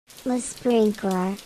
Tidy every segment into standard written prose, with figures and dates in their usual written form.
Le sprinkler.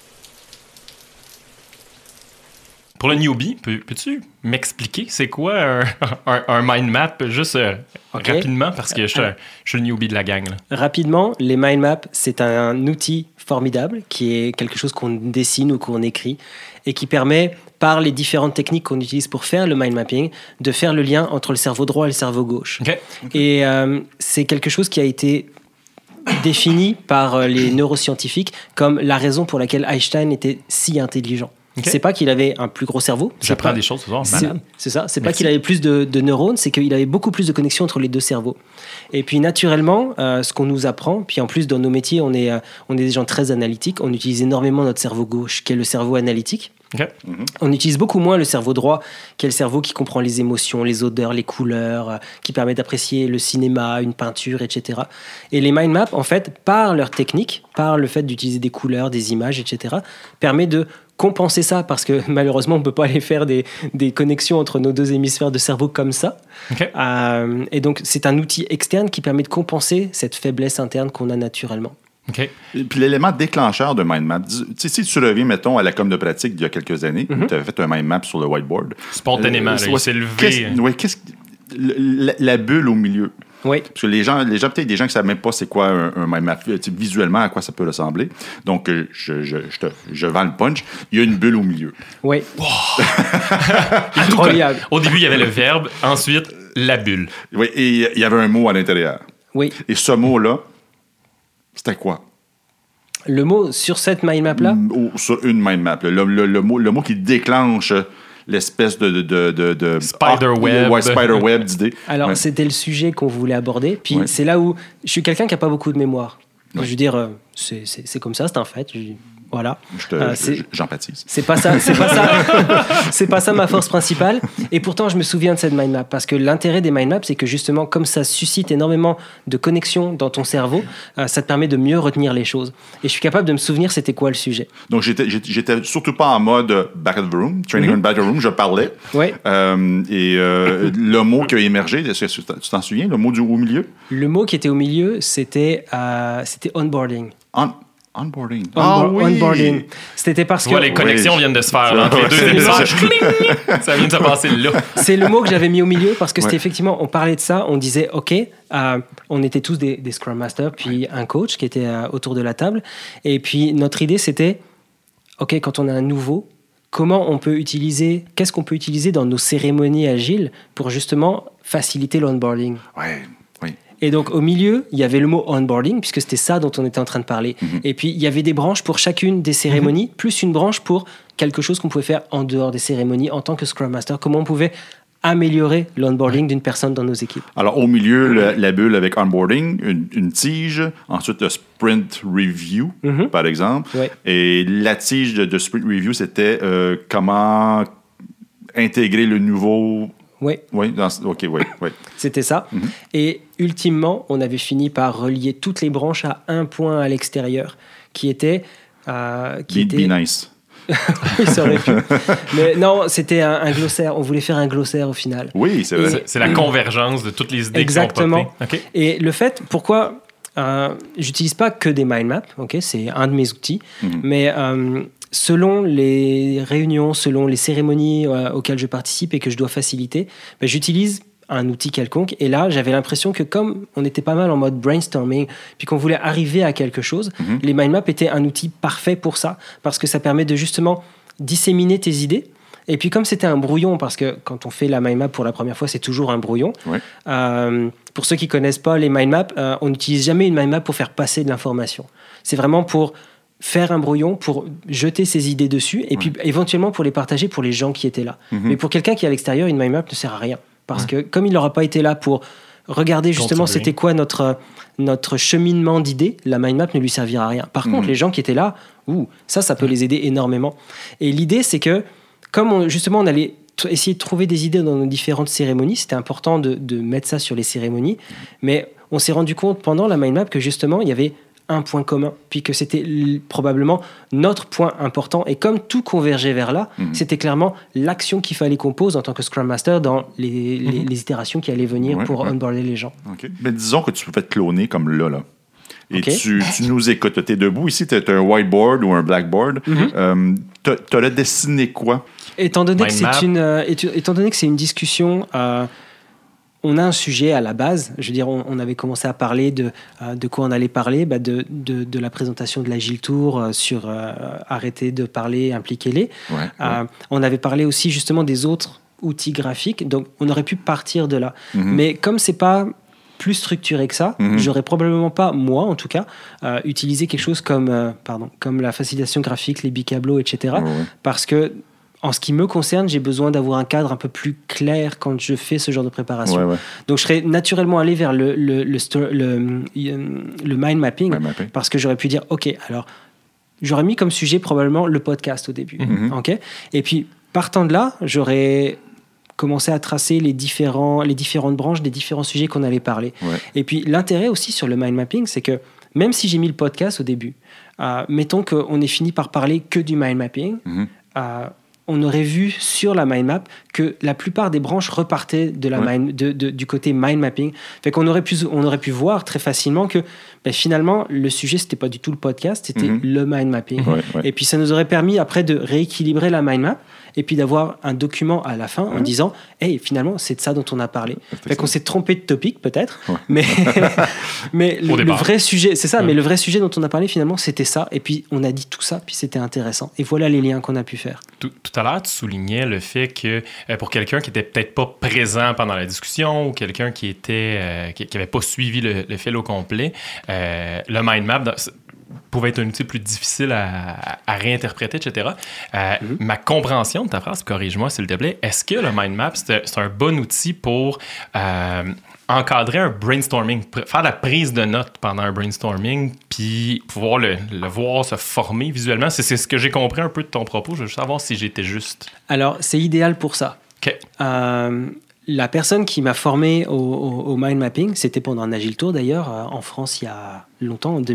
Pour le newbie, peux-tu m'expliquer c'est quoi un mind map juste rapidement parce que je suis le newbie de la gang. Là. Rapidement, les mind maps, c'est un outil formidable qui est quelque chose qu'on dessine ou qu'on écrit et qui permet, par les différentes techniques qu'on utilise pour faire le mind mapping, de faire le lien entre le cerveau droit et le cerveau gauche. Okay. Et c'est quelque chose qui a été défini par les neuroscientifiques comme la raison pour laquelle Einstein était si intelligent. Okay. C'est pas qu'il avait un plus gros cerveau. J'apprends des choses ce soir. C'est ça. C'est pas qu'il avait plus de neurones, c'est qu'il avait beaucoup plus de connexions entre les deux cerveaux. Et puis naturellement, ce qu'on nous apprend, puis en plus dans nos métiers, on est des gens très analytiques. On utilise énormément notre cerveau gauche, qui est le cerveau analytique. Okay. On utilise beaucoup moins le cerveau droit, qui est le cerveau qui comprend les émotions, les odeurs, les couleurs, qui permet d'apprécier le cinéma, une peinture, etc. Et les mind maps, en fait, par leur technique, par le fait d'utiliser des couleurs, des images, etc., permet de compenser ça, parce que malheureusement, on ne peut pas aller faire des connexions entre nos deux hémisphères de cerveau comme ça. Okay. Et donc, c'est un outil externe qui permet de compenser cette faiblesse interne qu'on a naturellement. Okay. Et puis l'élément déclencheur de mind map, si tu reviens, mettons, à la com de pratique d'il y a quelques années, où tu avais fait un mind map sur le whiteboard. Spontanément, il s'est levé. La bulle au milieu. Oui. Parce que les gens peut-être des gens qui ne savent même pas c'est quoi un mind map, visuellement, à quoi ça peut ressembler. Donc, je vends le punch. Il y a une bulle au milieu. Oui. Wow. Incroyable. Au début, il y avait le verbe, ensuite, la bulle. Oui, et il y avait un mot à l'intérieur. Oui. Et ce mot-là, c'était quoi? Le mot sur cette mind map-là? Sur une mind map. Le mot qui déclenche l'espèce de spiderweb. Spiderweb d'idées. Alors, c'était le sujet qu'on voulait aborder. Puis c'est là où je suis quelqu'un qui n'a pas beaucoup de mémoire. Je veux dire, c'est comme ça, c'est un fait. Voilà. J'empathise. C'est pas ça. C'est pas ça ma force principale. Et pourtant, je me souviens de cette mind map parce que l'intérêt des mind maps, c'est que justement, comme ça suscite énormément de connexions dans ton cerveau, ça te permet de mieux retenir les choses. Et je suis capable de me souvenir c'était quoi le sujet. Donc, j'étais surtout pas en mode back of the room, training in back of the room, je parlais. Ouais. Le mot qui a émergé, tu t'en souviens, le mot au milieu? Le mot qui était au milieu, c'était onboarding. Onboarding. Onboarding. C'était parce que... les connexions viennent de se faire entre les deux émissages. Ça vient de se passer là. C'est le mot que j'avais mis au milieu parce que c'était effectivement, on parlait de ça, on disait, OK, on était tous des Scrum Masters, puis un coach qui était autour de la table. Et puis notre idée, c'était, OK, quand on a un nouveau, qu'est-ce qu'on peut utiliser dans nos cérémonies agiles pour justement faciliter l'onboarding? Ouais. Et donc, au milieu, il y avait le mot onboarding, puisque c'était ça dont on était en train de parler. Et puis, il y avait des branches pour chacune des cérémonies, plus une branche pour quelque chose qu'on pouvait faire en dehors des cérémonies en tant que Scrum Master. Comment on pouvait améliorer l'onboarding d'une personne dans nos équipes. Alors, au milieu, la bulle avec onboarding, une tige, ensuite le sprint review, par exemple. Ouais. Et la tige de sprint review, c'était comment intégrer le nouveau... Oui. Oui, OK, oui. C'était ça. Et ultimement, on avait fini par relier toutes les branches à un point à l'extérieur, qui était... Be nice. Oui, ça aurait pu. Mais non, c'était un glossaire. On voulait faire un glossaire au final. Oui, c'est vrai. C'est la convergence de toutes les idées Exactement. qui sont popées. Okay. Et le fait, pourquoi j'utilise pas que des mind maps, okay, c'est un de mes outils, mais... selon les réunions, selon les cérémonies auxquelles je participe et que je dois faciliter, j'utilise un outil quelconque. Et là, j'avais l'impression que comme on était pas mal en mode brainstorming, puis qu'on voulait arriver à quelque chose, les mind maps étaient un outil parfait pour ça, parce que ça permet de justement disséminer tes idées. Et puis comme c'était un brouillon, parce que quand on fait la mind map pour la première fois, c'est toujours un brouillon. Ouais. Pour ceux qui connaissent pas les mind maps, on n'utilise jamais une mind map pour faire passer de l'information. C'est vraiment pour faire un brouillon, pour jeter ses idées dessus et puis éventuellement pour les partager pour les gens qui étaient là. Mais pour quelqu'un qui est à l'extérieur, une mind map ne sert à rien. Parce que comme il n'aura pas été là pour regarder justement c'était quoi notre cheminement d'idées, la mind map ne lui servira à rien. Par contre, les gens qui étaient là, ça peut les aider énormément. Et l'idée, c'est que comme on allait essayer de trouver des idées dans nos différentes cérémonies, c'était important de mettre ça sur les cérémonies, mais on s'est rendu compte pendant la mind map que justement, il y avait un point commun, puis que c'était probablement notre point important. Et comme tout convergeait vers là, c'était clairement l'action qu'il fallait qu'on pose en tant que Scrum Master dans les itérations qui allaient venir pour onboarder les gens. Okay. Mais disons que tu pouvais te cloner comme là. et tu nous écoutes. Tu es debout ici, tu as un whiteboard ou un blackboard. Tu as dessiné quoi? Étant donné que c'est une discussion, on a un sujet à la base. Je veux dire, on avait commencé à parler de quoi on allait parler, de la présentation de l'Agile Tour sur arrêter de parler, impliquez-les. On avait parlé aussi justement des autres outils graphiques, donc on aurait pu partir de là. Mais comme c'est pas plus structuré que ça, j'aurais probablement pas, moi en tout cas, utilisé quelque chose comme la facilitation graphique, les bicablos, etc. Parce que en ce qui me concerne, j'ai besoin d'avoir un cadre un peu plus clair quand je fais ce genre de préparation. Donc, je serais naturellement allé vers le mind mapping, parce que j'aurais pu dire, OK, alors, j'aurais mis comme sujet probablement le podcast au début. OK ? Et puis, partant de là, j'aurais commencé à tracer les différentes branches des différents sujets qu'on allait parler. Et puis, l'intérêt aussi sur le mind mapping, c'est que même si j'ai mis le podcast au début, mettons qu'on ait fini par parler que du mind mapping, on aurait vu sur la mind map que la plupart des branches repartaient du côté mind mapping. Fait qu'on aurait pu voir très facilement que finalement, le sujet, c'était pas du tout le podcast, c'était le mind mapping. Et puis, ça nous aurait permis après de rééquilibrer la mind map et puis d'avoir un document à la fin en disant « Hey, finalement, c'est de ça dont on a parlé. » Fait qu'on s'est trompé de topic, peut-être, mais le vrai sujet, c'est ça, mais le vrai sujet dont on a parlé, finalement, c'était ça. Et puis, on a dit tout ça, puis c'était intéressant. Et voilà les liens qu'on a pu faire. Tout à l'heure, tu soulignais le fait que pour quelqu'un qui était peut-être pas présent pendant la discussion ou quelqu'un qui avait pas suivi le fil au complet, le mind map pouvait être un outil plus difficile à réinterpréter, etc. Ma compréhension de ta phrase, corrige-moi s'il te plaît, est-ce que le mind map, c'est un bon outil pour encadrer un brainstorming, faire la prise de notes pendant un brainstorming, puis pouvoir le voir se former visuellement? C'est ce que j'ai compris un peu de ton propos. Je veux juste savoir si j'étais juste. Alors, c'est idéal pour ça. OK. La personne qui m'a formé au mind mapping, c'était pendant un Agile Tour d'ailleurs, en France il y a longtemps, en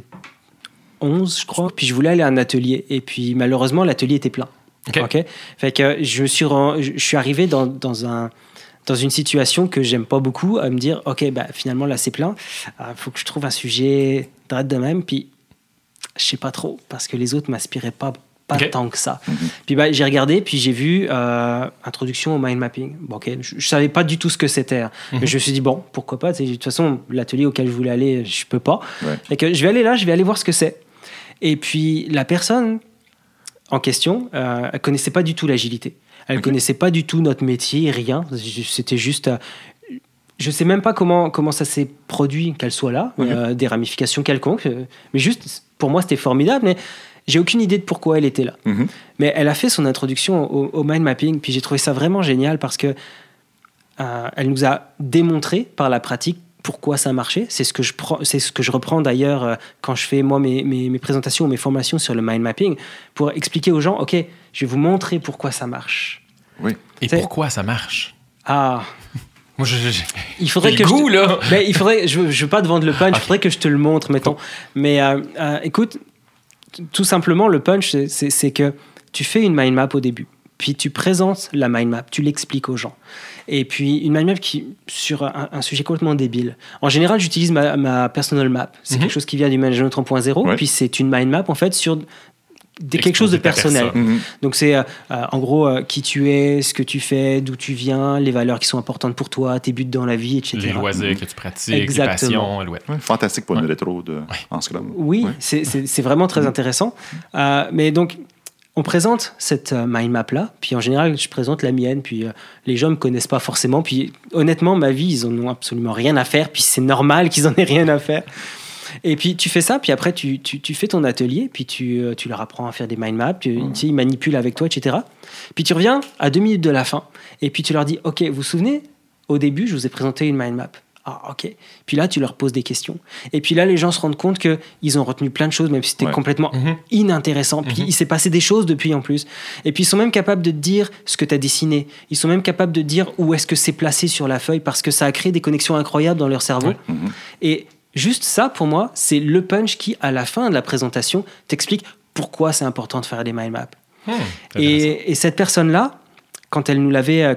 2011 je crois. Puis je voulais aller à un atelier et puis malheureusement l'atelier était plein. Okay. Fait que je suis arrivé dans une situation que j'aime pas beaucoup, à me dire ok finalement là c'est plein, faut que je trouve un sujet direct de même, puis je sais pas trop parce que les autres m'inspiraient pas tant que ça. Puis j'ai regardé, puis j'ai vu introduction au mind mapping. Bon, ok, je savais pas du tout ce que c'était, mais je me suis dit bon, pourquoi pas. De toute façon, l'atelier auquel je voulais aller, je peux pas. Et que je vais aller là, je vais aller voir ce que c'est. Et puis la personne en question, elle connaissait pas du tout l'agilité. Elle connaissait pas du tout notre métier, rien. C'était juste. Je sais même pas comment ça s'est produit qu'elle soit là, des ramifications quelconques. Mais juste, pour moi, c'était formidable. Mais j'ai aucune idée de pourquoi elle était là. Mais elle a fait son introduction au mind mapping, puis j'ai trouvé ça vraiment génial parce que elle nous a démontré par la pratique pourquoi ça marchait. C'est ce que je reprends d'ailleurs quand je fais moi mes présentations ou mes formations sur le mind mapping pour expliquer aux gens, ok, je vais vous montrer pourquoi ça marche. Et pourquoi ça marche? Moi, il faudrait que goût, là. Je veux pas te vendre le punch, il faudrait que je te le montre, mettons. Mais écoute, tout simplement, le punch, c'est que tu fais une mind map au début, puis tu présentes la mind map, tu l'expliques aux gens. Et puis, une mind map sur un sujet complètement débile. En général, j'utilise ma personal map. C'est quelque chose qui vient du management 3.0, puis c'est une mind map, en fait, sur quelque chose de personnel. Donc, c'est en gros qui tu es, ce que tu fais, d'où tu viens, les valeurs qui sont importantes pour toi, tes buts dans la vie, etc. Les loisirs que tu pratiques, les passions. Fantastique pour une rétro en Scrum. Oui, c'est vraiment très intéressant. Mais donc, on présente cette mind map-là, puis en général, je présente la mienne, puis les gens ne me connaissent pas forcément, puis honnêtement, ma vie, ils en ont absolument rien à faire, puis c'est normal qu'ils en aient rien à faire. Et puis tu fais ça, puis après tu fais ton atelier, puis tu leur apprends à faire des mind maps, tu sais, ils manipulent avec toi, etc. Puis tu reviens à 2 minutes de la fin, et puis tu leur dis, ok, vous vous souvenez, au début, je vous ai présenté une mind map. Ah, ok. Puis là, tu leur poses des questions. Et puis là, les gens se rendent compte qu'ils ont retenu plein de choses, même si c'était complètement inintéressant. Puis il s'est passé des choses depuis en plus. Et puis ils sont même capables de te dire ce que tu as dessiné. Ils sont même capables de dire où est-ce que c'est placé sur la feuille, parce que ça a créé des connexions incroyables dans leur cerveau. Et juste ça, pour moi, c'est le punch qui, à la fin de la présentation, t'explique pourquoi c'est important de faire des mind maps. Et cette personne-là, quand elle nous l'avait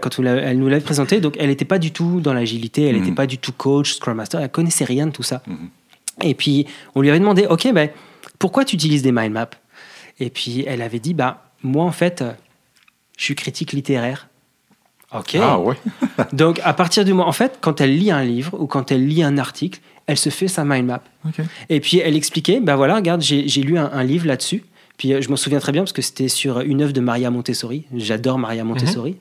présenté, donc elle n'était pas du tout dans l'agilité, elle n'était pas du tout coach, Scrum Master, elle connaissait rien de tout ça. Et puis, on lui avait demandé, OK, ben, pourquoi tu utilises des mind maps? Et puis, elle avait dit, moi, en fait, je suis critique littéraire. OK. Ah ouais. Donc, à partir du moment... En fait, quand elle lit un livre ou quand elle lit un article, elle se fait sa mind map. OK. Et puis, elle expliquait, voilà, regarde, j'ai lu un livre là-dessus. Puis, je m'en souviens très bien parce que c'était sur une œuvre de Maria Montessori. J'adore Maria Montessori.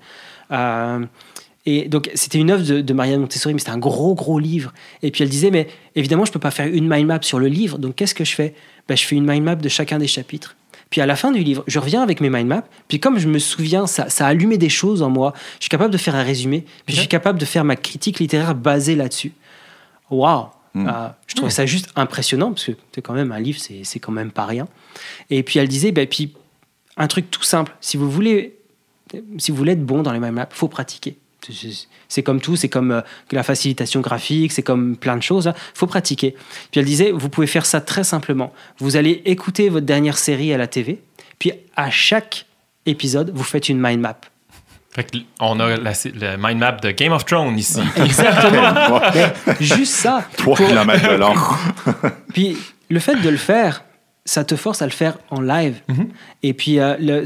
Et donc, c'était une œuvre de Maria Montessori, mais c'était un gros livre. Et puis, elle disait, mais évidemment, je ne peux pas faire une mind map sur le livre. Donc, qu'est-ce que je fais? Je fais une mind map de chacun des chapitres. Puis, à la fin du livre, je reviens avec mes mind maps. Puis, comme je me souviens, ça a allumé des choses en moi. Je suis capable de faire un résumé. Puis, je suis capable de faire ma critique littéraire basée là-dessus. Waouh! Je trouvais ça juste impressionnant, parce que c'est quand même un livre, c'est quand même pas rien. Et puis, elle disait, puis, un truc tout simple. Si vous voulez être bon dans les mind maps, il faut pratiquer. C'est comme tout, c'est comme la facilitation graphique, c'est comme plein de choses. Il faut pratiquer. Puis elle disait, vous pouvez faire ça très simplement. Vous allez écouter votre dernière série à la TV, puis à chaque épisode, vous faites une mind map. Fait qu'on a le mind map de Game of Thrones ici. Exactement. Juste ça. 3 kilomètres de long. Puis le fait de le faire, ça te force à le faire en live. Et puis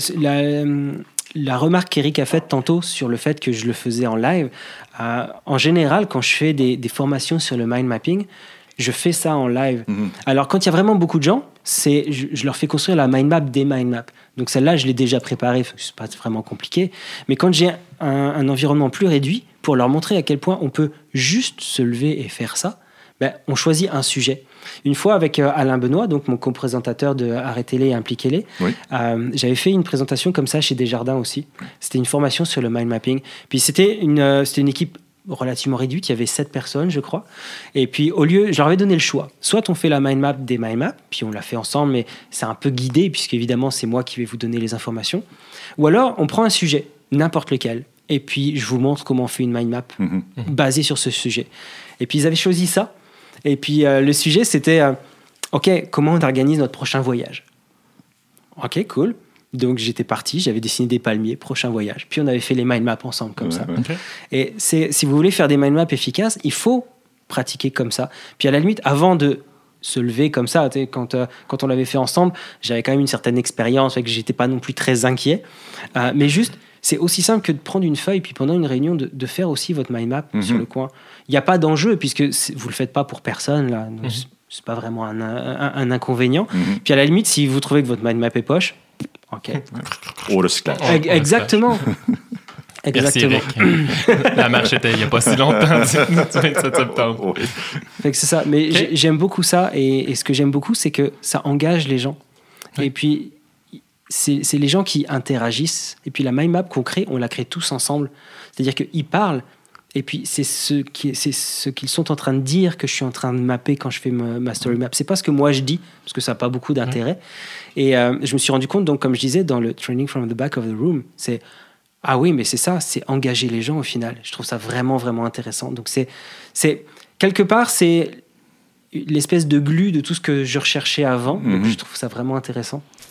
la remarque qu'Éric a faite tantôt sur le fait que je le faisais en live, en général, quand je fais des formations sur le mind mapping, je fais ça en live. Alors, quand il y a vraiment beaucoup de gens, je leur fais construire la mind map des mind maps. Donc, celle-là, je l'ai déjà préparée, c'est pas vraiment compliqué. Mais quand j'ai un environnement plus réduit, pour leur montrer à quel point on peut juste se lever et faire ça, on choisit un sujet. Une fois avec Alain Benoît, donc mon co-présentateur de Arrêtez-les et Impliquez-les, j'avais fait une présentation comme ça chez Desjardins aussi. C'était une formation sur le mind mapping. Puis c'était une équipe relativement réduite, il y avait 7 personnes, je crois. Et puis au lieu, je leur avais donné le choix. Soit on fait la mind map des mind maps, puis on l'a fait ensemble, mais c'est un peu guidé, puisque évidemment c'est moi qui vais vous donner les informations. Ou alors on prend un sujet, n'importe lequel, et puis je vous montre comment on fait une mind map basée sur ce sujet. Et puis ils avaient choisi ça. Et puis le sujet, c'était OK, comment on organise notre prochain voyage? OK, cool. Donc j'étais parti, j'avais dessiné des palmiers, prochain voyage. Puis on avait fait les mind maps ensemble comme ça. Okay. Et si vous voulez faire des mind maps efficaces, il faut pratiquer comme ça. Puis à la limite, avant de se lever comme ça, quand on l'avait fait ensemble, j'avais quand même une certaine expérience, que j'étais pas non plus très inquiet. Mais juste, c'est aussi simple que de prendre une feuille, puis pendant une réunion, de faire aussi votre mind map sur le coin. Il n'y a pas d'enjeu, puisque vous le faites pas pour personne, là. Donc c'est pas vraiment un inconvénient. Puis à la limite, si vous trouvez que votre mind map est poche, OK. Au recyclage. Exactement. Exactement. Merci, Eric. La marche était il n'y a pas si longtemps, du 27 septembre. Fait que c'est ça. Mais j'aime beaucoup ça. Et ce que j'aime beaucoup, c'est que ça engage les gens. Et puis, c'est les gens qui interagissent. Et puis, la mind map qu'on crée, on la crée tous ensemble. C'est-à-dire qu'ils parlent. Et puis, c'est ce qu'ils sont en train de dire que je suis en train de mapper quand je fais ma story map. C'est pas ce que moi je dis, parce que ça n'a pas beaucoup d'intérêt. Et je me suis rendu compte, donc, comme je disais, dans le Training from the Back of the Room, c'est ah oui, mais c'est ça, c'est engager les gens au final. Je trouve ça vraiment, vraiment intéressant. Donc, c'est quelque part, c'est l'espèce de glu de tout ce que je recherchais avant. Donc, je trouve ça vraiment intéressant.